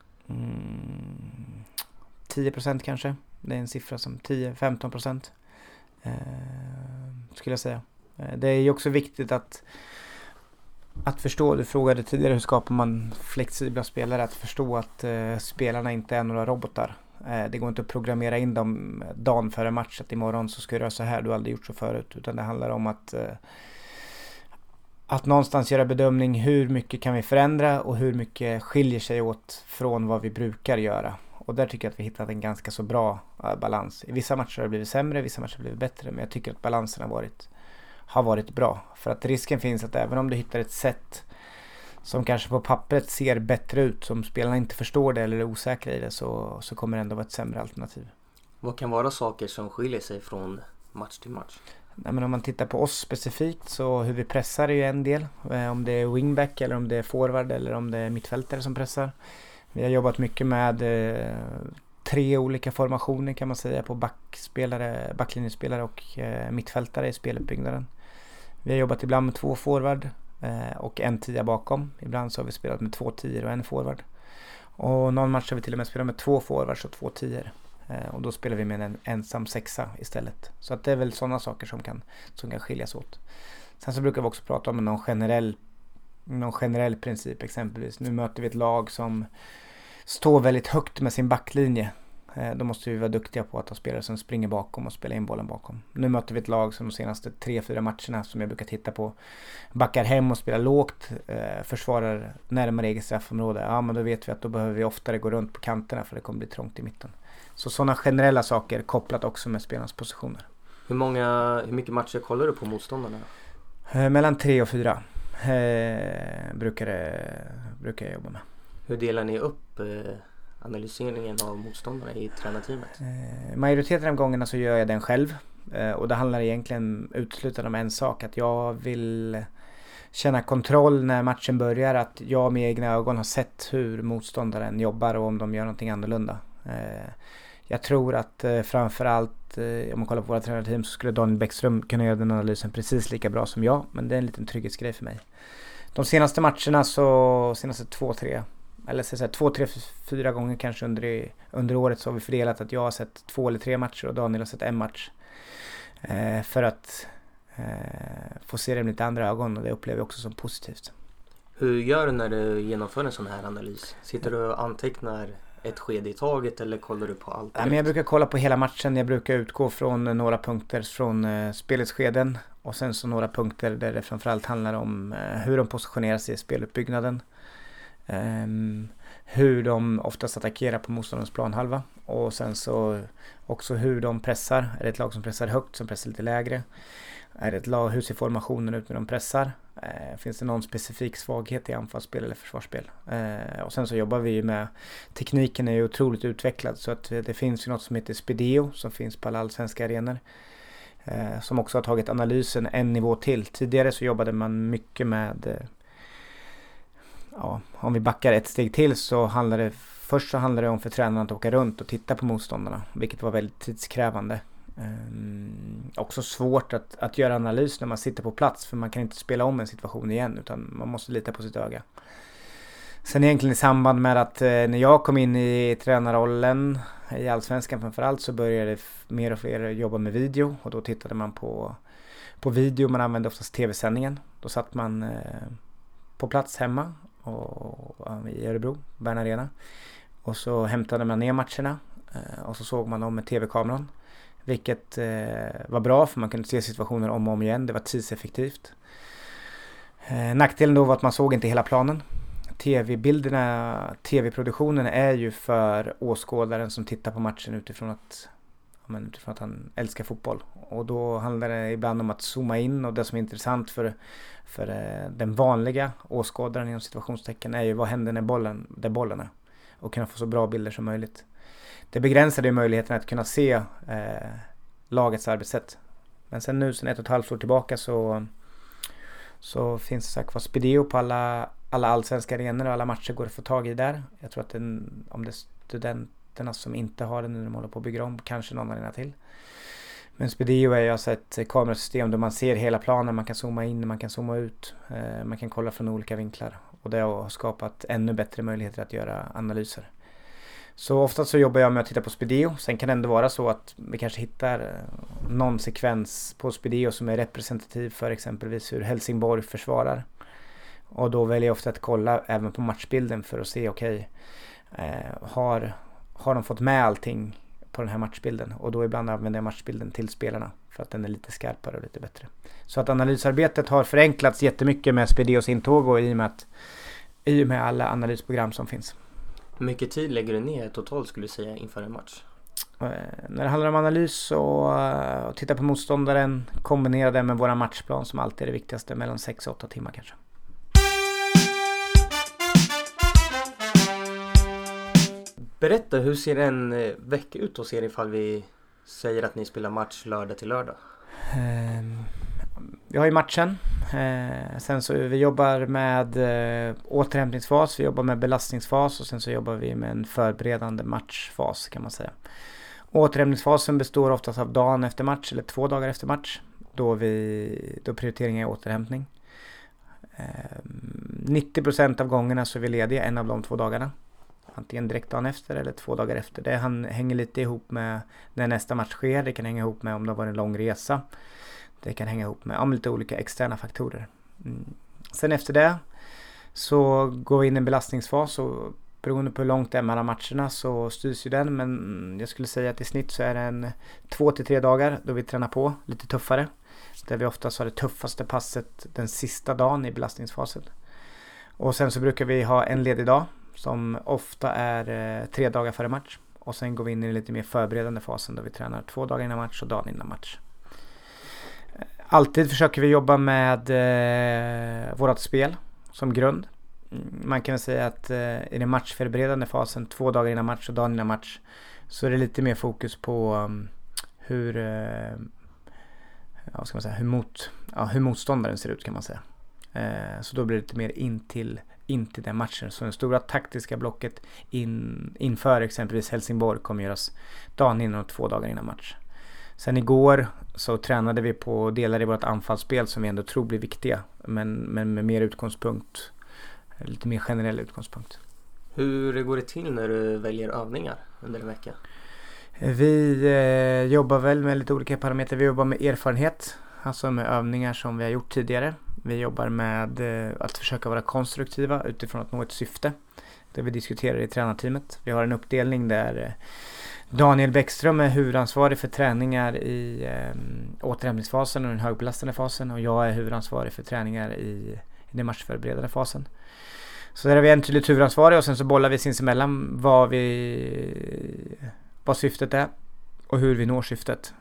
10% kanske. Det är en siffra som 10-15% skulle jag säga. Det är ju också viktigt att förstå, du frågade tidigare hur skapar man flexibla spelare, att förstå att spelarna inte är några robotar. Det går inte att programmera in dem dagen före match att imorgon så ska du göra så här, du har aldrig gjort så förut, utan det handlar om att någonstans göra bedömning, hur mycket kan vi förändra och hur mycket skiljer sig åt från vad vi brukar göra. Och där tycker jag att vi hittat en ganska så bra balans. I vissa matcher har det blivit sämre, i vissa matcher har det blivit bättre, men jag tycker att balansen har varit bra. För att risken finns att även om du hittar ett sätt som kanske på pappret ser bättre ut, som spelarna inte förstår det eller är osäkra i det, så kommer det ändå vara ett sämre alternativ. Vad kan vara saker som skiljer sig från match till match? Nej, men om man tittar på oss specifikt, så hur vi pressar är ju en del. Om det är wingback eller om det är forward eller om det är mittfältare som pressar. Vi har jobbat mycket med 3 olika formationer kan man säga på backlinjespelare och mittfältare i speluppbyggnaden. Vi har jobbat ibland med 2 forward och en 10 bakom. Ibland så har vi spelat med 2 10 och en forward. Och någon match har vi till och med spelat med 2 forwards och 2 10. Och då spelar vi med en ensam 6 istället. Så att det är väl sådana saker som kan skiljas åt. Sen så brukar vi också prata om någon generell princip. Exempelvis, nu möter vi ett lag som står väldigt högt med sin backlinje. Då måste vi vara duktiga på att ha spelare som springer bakom och spelar in bollen bakom. Nu möter vi ett lag som de senaste 3-4 matcherna som jag brukar titta på backar hem och spelar lågt, försvarar närmare eget straffområde. Ja, men då vet vi att då behöver vi oftare gå runt på kanterna för det kommer bli trångt i mitten. Så sådana generella saker kopplat också med spelarnas positioner. Hur mycket matcher kollar du på motståndarna? Mellan 3 och 4 brukar jag jobba med. Hur delar ni upp analyseringen av motståndarna i tränarteamet? Majoriteten av gångerna så gör jag den själv. Och det handlar egentligen uteslutande om en sak. Att jag vill känna kontroll när matchen börjar. Att jag med egna ögon har sett hur motståndaren jobbar och om de gör någonting annorlunda. Jag tror att framförallt om man kollar på våra tränarteam så skulle Daniel Bäckström kunna göra den analysen precis lika bra som jag. Men det är en liten trygghetsgrej för mig. De senaste matcherna så, senaste 2-3 eller så 2-3-4 gånger kanske under året så har vi fördelat att jag har sett 2 eller 3 matcher och Daniel har sett en match. För att få se det med lite andra ögon, och det upplever jag också som positivt. Hur gör du när du genomför en sån här analys? Sitter du och antecknar ett skede i taget eller kollar du på allt? Men jag brukar kolla på hela matchen. Jag brukar utgå från några punkter från spelets skeden och sen så några punkter där det framförallt handlar om hur de positionerar sig i speluppbyggnaden. Hur de oftast attackerar på motståndarens planhalva och sen så också hur de pressar. Är det ett lag som pressar högt, som pressar lite lägre? Är det ett lag, hur ser formationen ut när de pressar? Finns det någon specifik svaghet i anfallsspel eller försvarsspel? Och sen så jobbar vi ju med, tekniken är ju otroligt utvecklad så att det finns ju något som heter Spedio som finns på alla allsvenska arenor. Som också har tagit analysen en nivå till. Tidigare så jobbade man mycket med om vi backar ett steg till så handlar det om för tränarna att åka runt och titta på motståndarna, vilket var väldigt tidskrävande. Också svårt att göra analys när man sitter på plats, för man kan inte spela om en situation igen utan man måste lita på sitt öga. Sen egentligen i samband med att när jag kom in i tränarrollen i Allsvenskan framförallt så började mer och fler jobba med video och då tittade man på video. Man använde oftast tv-sändningen. Då satt man på plats hemma i Örebro, Bern Arena, och så hämtade man ner matcherna och så såg man dem med tv-kameran, vilket var bra för man kunde se situationer om och om igen. Det var tidseffektivt. Nackdelen då var att man såg inte hela planen. tv-produktionen är ju för åskådaren som tittar på matchen utifrån att han älskar fotboll. Och då handlar det ibland om att zooma in, och det som är intressant för den vanliga åskådaren inom situationstecken är ju vad händer när bollen är, och kunna få så bra bilder som möjligt. Det begränsade ju möjligheten att kunna se lagets arbetssätt. Men sen 1,5 år tillbaka så finns det sagt Spedio på alla allsvenska arenor och alla matcher går att få tag i där. Jag tror att om det är studenterna som inte har den nu de håller på att bygga om, kanske någon arena till. Men Spedio är ju alltså ett kamerasystem där man ser hela planen, man kan zooma in, man kan zooma ut, man kan kolla från olika vinklar, och det har skapat ännu bättre möjligheter att göra analyser. Så ofta så jobbar jag med att titta på Spedio. Sen kan det ändå vara så att vi kanske hittar någon sekvens på Spedio som är representativ för exempelvis hur Helsingborg försvarar. Och då väljer jag ofta att kolla även på matchbilden för att se har de fått med allting på den här matchbilden. Och då ibland använder jag matchbilden till spelarna för att den är lite skarpare och lite bättre. Så att analysarbetet har förenklats jättemycket med Spedios intåg och i och med alla analysprogram som finns. Hur mycket tid lägger du ner totalt skulle du säga inför en match? När det handlar om analys och titta på motståndaren, kombinera det med våra matchplan som alltid är det viktigaste, mellan 6 och 8 timmar kanske. Berätta, hur ser en vecka ut hos er ifall vi säger att ni spelar match lördag till lördag? Vi har ju matchen. Sen så vi jobbar med återhämtningsfas, vi jobbar med belastningsfas och sen så jobbar vi med en förberedande matchfas kan man säga. Återhämtningsfasen består oftast av dagen efter match eller 2 dagar efter match då prioriteringen är återhämtning. 90% av gångerna så är vi lediga en av de 2 dagarna. Antingen direkt dagen efter eller 2 dagar efter. Det hänger lite ihop med när nästa match sker. Det kan hänga ihop med om det var en lång resa. Det kan hänga ihop med lite olika externa faktorer. Sen efter det så går vi in i en belastningsfas och beroende på hur långt det är mellan matcherna så styrs ju den. Men jag skulle säga att i snitt så är det en 2-3 dagar då vi tränar på lite tuffare. Där vi oftast har det tuffaste passet den sista dagen i belastningsfasen. Och sen så brukar vi ha en ledig dag som ofta är 3 dagar före match. Och sen går vi in i den lite mer förberedande fasen då vi tränar 2 dagar innan match och dagen innan match. Alltid försöker vi jobba med vårat spel som grund. Man kan väl säga att i den matchförberedande fasen 2 dagar innan match och dagen innan match så är det lite mer fokus på hur motståndaren ser ut kan man säga. Så då blir det lite mer in till den matchen. Så det stora taktiska blocket inför exempelvis Helsingborg kommer göras dagen innan och 2 dagar innan match. Sen igår så tränade vi på delar i vårt anfallsspel som vi ändå tror blir viktiga. Men med mer utgångspunkt, lite mer generell utgångspunkt. Hur går det till när du väljer övningar under en vecka? Vi jobbar väl med lite olika parametrar. Vi jobbar med erfarenhet, alltså med övningar som vi har gjort tidigare. Vi jobbar med att försöka vara konstruktiva utifrån att nå ett syfte. Det vi diskuterar i tränarteamet. Vi har en uppdelning där Daniel Bäckström är huvudansvarig för träningar i återhämtningsfasen och den högbelastande fasen. Och jag är huvudansvarig för träningar i den matchförberedande fasen. Så där har vi en tydligt huvudansvarig och sen så bollar vi sinsemellan vad syftet är och hur vi når syftet.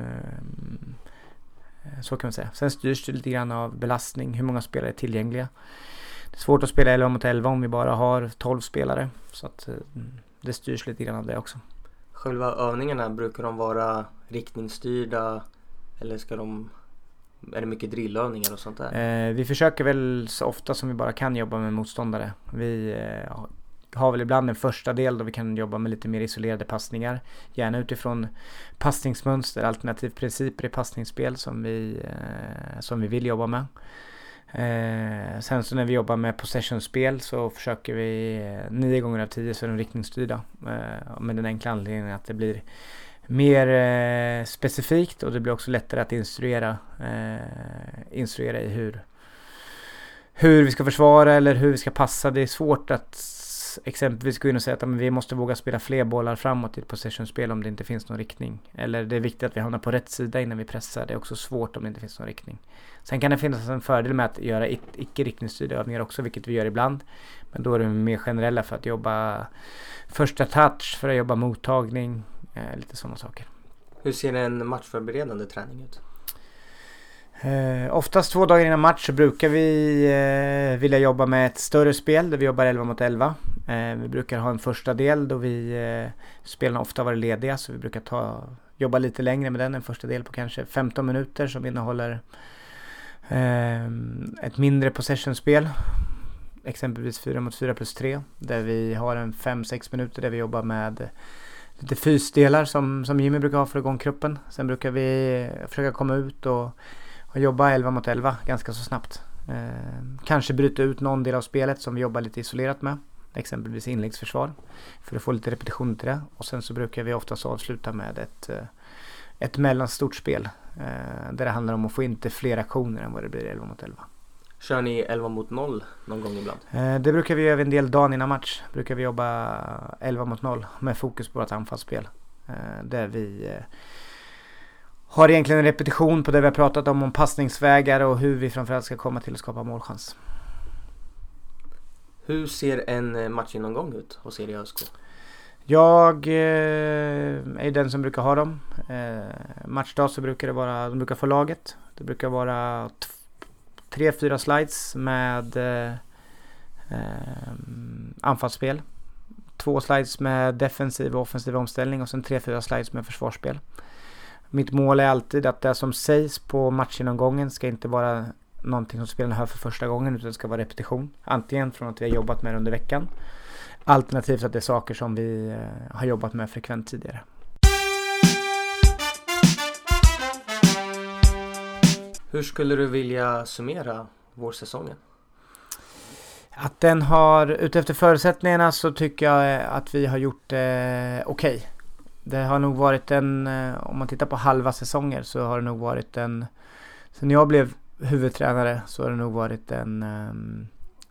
Så kan man säga. Sen styrs det lite grann av belastning. Hur många spelare är tillgängliga. Det är svårt att spela 11 mot 11 om vi bara har 12 spelare. Så att det styrs lite grann av det också. Själva övningarna, brukar de vara riktningsstyrda eller är det mycket drillövningar och sånt där? Vi försöker väl så ofta som vi bara kan jobba med motståndare. Vi har väl ibland en första del då vi kan jobba med lite mer isolerade passningar. Gärna utifrån passningsmönster, alternativ principer i passningsspel som vi vill jobba med. Sen så när vi jobbar med possessionspel så försöker vi 9 gånger av 10 så är de riktningsstyrda. Med den enkla anledningen att det blir mer specifikt och det blir också lättare att instruera i hur vi ska försvara eller hur vi ska passa. Det är svårt att exempelvis gå in och säga att vi måste våga spela fler bollar framåt i ett possessionspel om det inte finns någon riktning. Eller det är viktigt att vi hamnar på rätt sida innan vi pressar. Det är också svårt om det inte finns någon riktning. Sen kan det finnas en fördel med att göra icke-riktningsstyrda övningar också, vilket vi gör ibland. Men då är det mer generella för att jobba första touch, för att jobba mottagning, lite sådana saker. Hur ser en matchförberedande träning ut? Oftast 2 dagar innan match så brukar vi vilja jobba med ett större spel där vi jobbar 11 mot 11. Vi brukar ha en första del då spelarna ofta varit lediga så vi brukar jobba lite längre med den. En första del på kanske 15 minuter som innehåller ett mindre possessionspel. Exempelvis 4 mot 4 plus 3 där vi har en 5-6 minuter där vi jobbar med lite fysdelar som Jimmy brukar ha för igång kroppen. Sen brukar vi försöka komma ut och jobba 11 mot 11 ganska så snabbt. Kanske bryta ut någon del av spelet som vi jobbar lite isolerat med. Exempelvis inläggsförsvar. För att få lite repetition till det. Och sen så brukar vi oftast avsluta med ett mellanstort spel. Där det handlar om att få inte fler aktioner än vad det blir 11 mot 11. Kör ni 11 mot 0 någon gång ibland? Det brukar vi göra en del dagen innan match. Brukar vi jobba 11 mot 0 med fokus på vårt anfallsspel. Där vi har egentligen en repetition på det vi har pratat om passningsvägar och hur vi framförallt ska komma till att skapa målchans. Hur ser en matchgenomgång ut hos er i ÖSK? Jag är den som brukar ha dem. Matchdag så brukar det vara, de brukar få laget. Det brukar vara 3-4 slides med anfallsspel. 2 slides med defensiv och offensiv omställning och sen 3-4 slides med försvarsspel. Mitt mål är alltid att det som sägs på matchgenomgången ska inte vara någonting som spelarna hör för första gången, utan det ska vara repetition. Antingen från att vi har jobbat med det under veckan, alternativt att det är saker som vi har jobbat med frekvent tidigare. Hur skulle du vilja summera vårsäsongen? Att den har, utefter förutsättningarna så tycker jag att vi har gjort okej. Det har nog varit om man tittar på halva säsonger så har det nog varit sen jag blev huvudtränare så har det nog varit den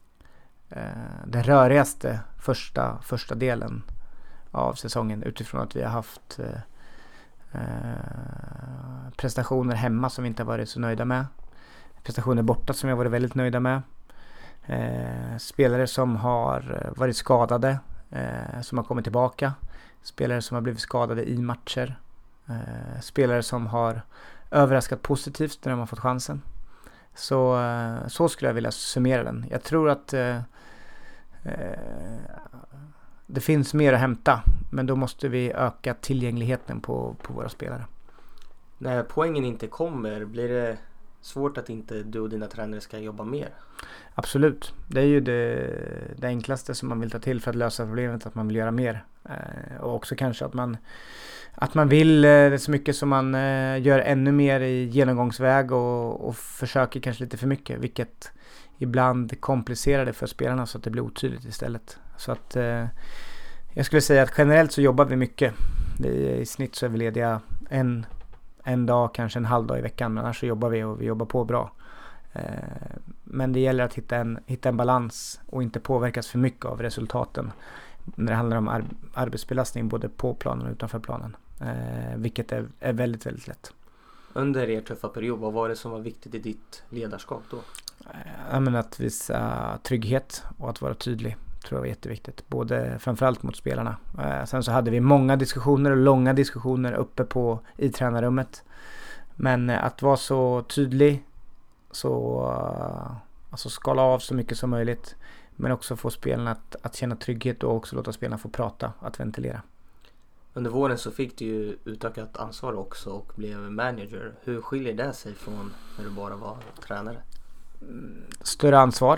rörigaste första delen av säsongen, utifrån att vi har haft prestationer hemma som vi inte har varit så nöjda med. Prestationer borta som jag varit väldigt nöjda med. Spelare som har varit skadade som har kommit tillbaka. Spelare som har blivit skadade i matcher. Spelare som har överraskat positivt när de har fått chansen. Så skulle jag vilja summera den. Jag tror att det finns mer att hämta, men då måste vi öka tillgängligheten på våra spelare. När poängen inte kommer, blir det svårt att inte du och dina tränare ska jobba mer? Absolut. Det är ju det enklaste som man vill ta till för att lösa problemet, att man vill göra mer. Och också kanske att man vill så mycket som man gör ännu mer i genomgångsväg och försöker kanske lite för mycket, vilket ibland komplicerar det för spelarna så att det blir otydligt istället. Så att jag skulle säga att generellt så jobbar vi mycket. I snitt så är vi lediga en dag, kanske en halv dag i veckan, men annars så jobbar vi och vi jobbar på bra. Men det gäller att hitta en balans och inte påverkas för mycket av resultaten när det handlar om arbetsbelastning både på planen och utanför planen, vilket är väldigt, väldigt lätt. Under er tuffa period, vad var det som var viktigt i ditt ledarskap då? Att visa trygghet och att vara tydlig tror jag var jätteviktigt, både framförallt mot spelarna. Sen så hade vi många diskussioner och långa diskussioner uppe i tränarrummet, men att vara så tydlig, alltså skala av så mycket som möjligt, men också få spelarna att känna trygghet och också låta spelarna få prata, att ventilera. Under våren så fick du ju utökat ansvar också och blev manager. Hur skiljer det sig från när du bara var tränare? Större ansvar.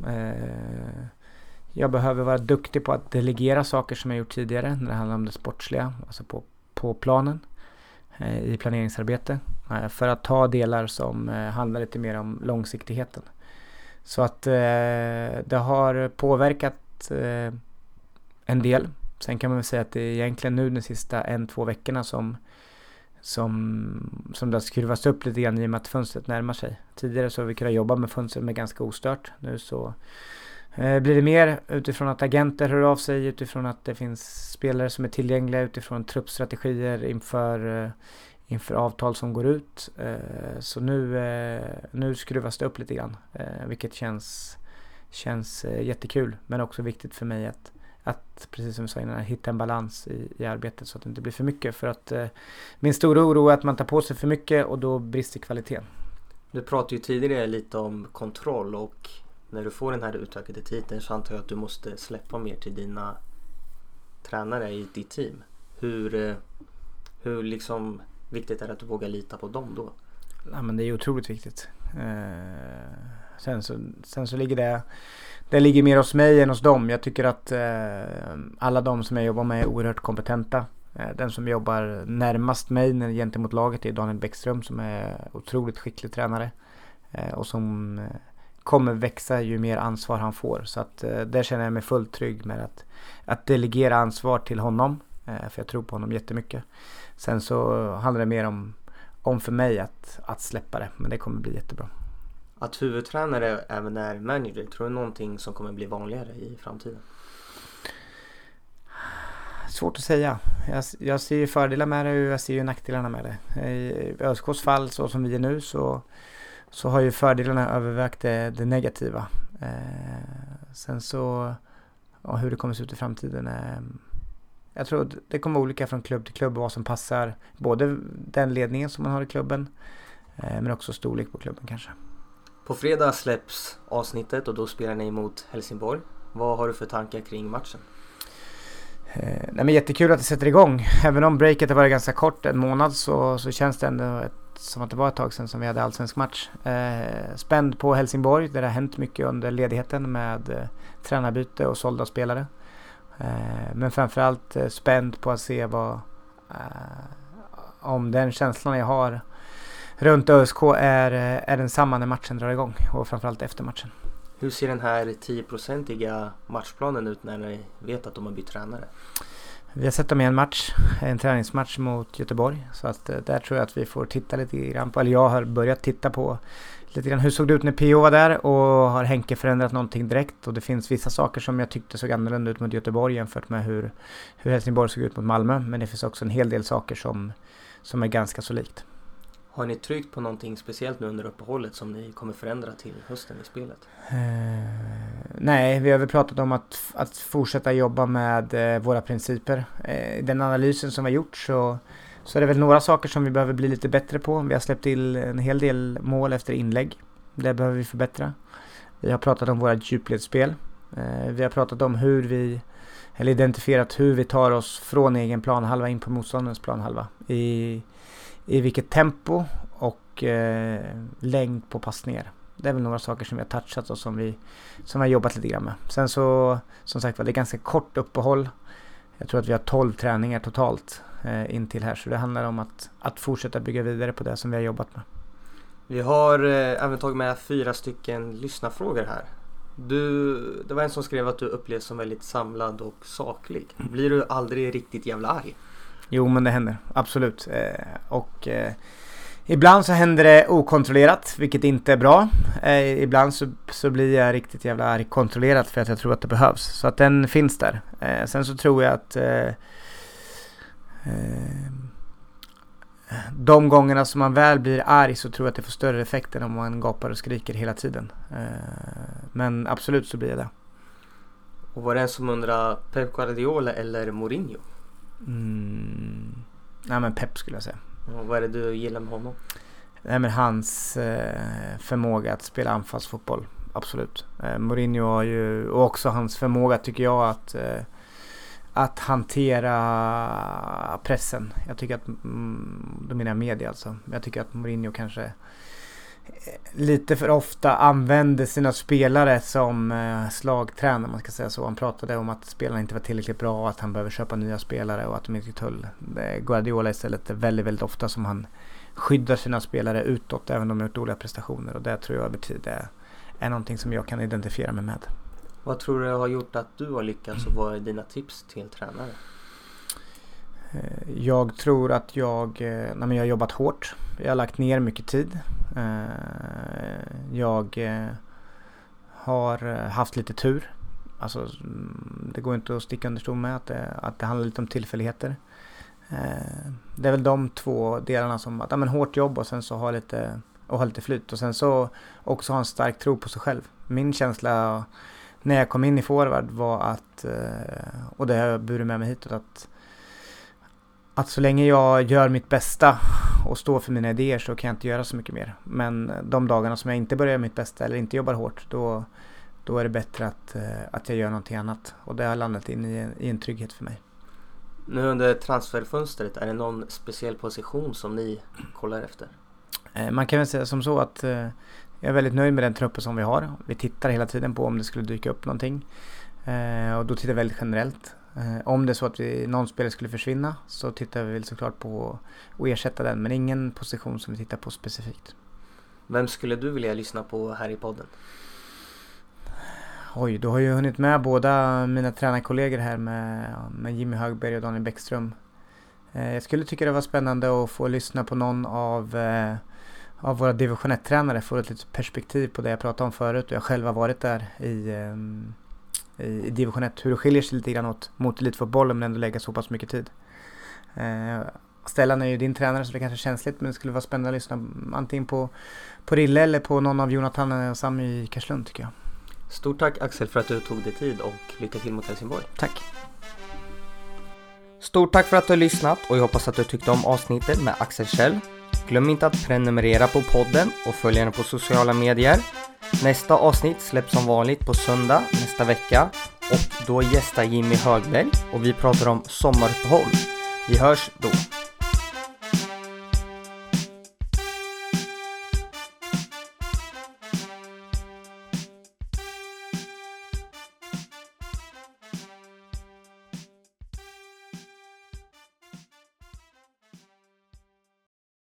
Jag behöver vara duktig på att delegera saker som jag gjort tidigare när det handlar om det sportsliga, alltså på planen, i planeringsarbete, för att ta delar som handlar lite mer om långsiktigheten. Så att det har påverkat en del. Sen kan man väl säga att det är egentligen nu de sista 1-2 veckorna som det har skruvats upp lite grann i och med att fönstret närmar sig. Tidigare så har vi kunnat jobba med fönstret med ganska ostört. Nu så blir det mer utifrån att agenter hör av sig, utifrån att det finns spelare som är tillgängliga, utifrån truppstrategier inför avtal som går ut. Så nu skruvas det upp lite grann, vilket känns jättekul, men också viktigt för mig att precis som vi sa innan, hitta en balans i arbetet så att det inte blir för mycket, för att min stora oro är att man tar på sig för mycket och då brister kvaliteten. Du pratade ju tidigare lite om kontroll, och när du får den här utökade titeln så antar jag att du måste släppa mer till dina tränare i ditt team. Hur liksom viktigt är det att du vågar lita på dem då? Ja, men det är otroligt viktigt. Sen så ligger det ligger mer hos mig än hos dem. Jag tycker att alla de som jag jobbar med är oerhört kompetenta. Den som jobbar närmast mig gentemot laget är Daniel Bäckström, som är otroligt skicklig tränare och som kommer växa ju mer ansvar han får. Så att där känner jag mig fullt trygg med att delegera ansvar till honom, för jag tror på honom jättemycket. Sen så handlar det mer om för mig att släppa det, men det kommer bli jättebra. Att huvudtränare även är manager, tror du någonting som kommer bli vanligare i framtiden? Svårt att säga. Jag ser ju fördelar med det och jag ser ju nackdelarna med det. I ÖSKs fall, så som vi är nu, så har ju fördelarna övervägt det negativa. Sen så hur det kommer se ut i framtiden Jag tror det kommer olika från klubb till klubb vad som passar både den ledningen som man har i klubben men också storlek på klubben kanske. På fredag släpps avsnittet och då spelar ni mot Helsingborg. Vad har du för tankar kring matchen? Nej, men jättekul att det sätter igång. Även om breaket har varit ganska kort, en månad, så känns det ändå som att det var ett tag sedan som vi hade allsvensk match. Spänd på Helsingborg där det har hänt mycket under ledigheten med tränarbyte och sålda spelare. Men framförallt spänd på att se om den känslan jag har runt ÖSK är densamma när matchen drar igång och framförallt efter matchen. Hur ser den här 10-procentiga matchplanen ut när ni vet att de har bytt tränare? Vi har sett dem i en träningsmatch mot Göteborg, så att där tror jag att vi får titta lite grann på, eller jag har börjat titta på lite grann hur såg det ut när P.O. var där och har Henke förändrat någonting direkt, och det finns vissa saker som jag tyckte såg annorlunda ut mot Göteborg jämfört med hur Helsingborg såg ut mot Malmö, men det finns också en hel del saker som är ganska så likt. Har ni tryckt på någonting speciellt nu under uppehållet som ni kommer förändra till hösten i spelet? Nej, vi har väl pratat om att fortsätta jobba med våra principer. Den analysen som vi har gjort så är det väl några saker som vi behöver bli lite bättre på. Vi har släppt till en hel del mål efter inlägg. Det behöver vi förbättra. Vi har pratat om våra djupledsspel. Vi har pratat om identifierat hur vi tar oss från egen planhalva in på motståndarens planhalva. I vilket tempo och längd på passningar. Det är väl några saker som vi har touchat och som vi har jobbat lite grann med. Sen så, som sagt, det är ganska kort uppehåll. Jag tror att vi har 12 träningar totalt in till här. Så det handlar om att fortsätta bygga vidare på det som vi har jobbat med. Vi har även tagit med 4 stycken lyssnarfrågor här. Det var en som skrev att du upplevs som väldigt samlad och saklig. Blir du aldrig riktigt jävla arg? Jo, men det händer. Absolut. Ibland så händer det okontrollerat, vilket inte är bra. Ibland så blir jag riktigt jävla arg kontrollerat för att jag tror att det behövs. Så att den finns där. Sen så tror jag att de gångerna som man väl blir arg så tror jag att det får större effekt än om man gapar och skriker hela tiden. Men absolut så blir det. Och var det en som undrar Pep Guardiola eller Mourinho? Nej, men Pep skulle jag säga. Och vad är det du gillar med honom? Nej, men hans förmåga att spela anfallsfotboll, absolut. Mourinho har ju, och också hans förmåga tycker jag att hantera pressen. Jag tycker att, då menar jag media alltså. Jag tycker att Mourinho kanske lite för ofta använde sina spelare som slagtränare, man ska säga så. Han pratade om att spelarna inte var tillräckligt bra och att han behöver köpa nya spelare och att de inte tull. Guardiola istället är väldigt, väldigt ofta som han skyddar sina spelare utåt även om de har gjort dåliga prestationer, och det tror jag över tid är någonting som jag kan identifiera mig med. Vad tror du har gjort att du har lyckats och vad är dina tips till tränare? Jag tror att jag har jobbat hårt. Jag har lagt ner mycket tid. Jag har haft lite tur. Alltså, det går inte att sticka under stol med att det handlar lite om tillfälligheter. Det är väl de 2 delarna som att hårt jobb och sen så ha lite flyt, och sen så också ha en stark tro på sig själv. Min känsla när jag kom in i forward var att, och det har jag burit med mig hitåt, att så länge jag gör mitt bästa och står för mina idéer så kan jag inte göra så mycket mer. Men de dagarna som jag inte börjar mitt bästa eller inte jobbar hårt, då är det bättre att jag gör någonting annat. Och det har landat in i en trygghet för mig. Nu under transferfönstret, är det någon speciell position som ni kollar efter? Man kan väl säga som så att jag är väldigt nöjd med den truppen som vi har. Vi tittar hela tiden på om det skulle dyka upp någonting. Och då tittar vi väldigt generellt. Om det är så att någon spelare skulle försvinna så tittar vi väl såklart på att ersätta den. Men ingen position som vi tittar på specifikt. Vem skulle du vilja lyssna på här i podden? Oj, då har jag hunnit med båda mina tränarkollegor här med Jimmy Högberg och Daniel Bäckström. Jag skulle tycka det var spännande att få lyssna på någon av våra division 1-tränare, få ett litet perspektiv på det jag pratade om förut. Och jag själv har varit där i division 1, hur det skiljer sig lite grann mot elitfotbollen men ändå lägga så pass mycket tid. Stellan är ju din tränare så det kanske är känsligt, men det skulle vara spännande att lyssna antingen på Rille eller på någon av Jonathan och Sami i Karlslund tycker jag. Stort tack Axel för att du tog dig tid och lycka till mot Helsingborg. Tack. Stort tack för att du har lyssnat och jag hoppas att du tyckte om avsnittet med Axel Kjell. Glöm inte att prenumerera på podden och följ den på sociala medier. Nästa avsnitt släpps som vanligt på söndag nästa vecka och då gästar Jimmy Högberg och vi pratar om sommaruppehåll. Vi hörs då.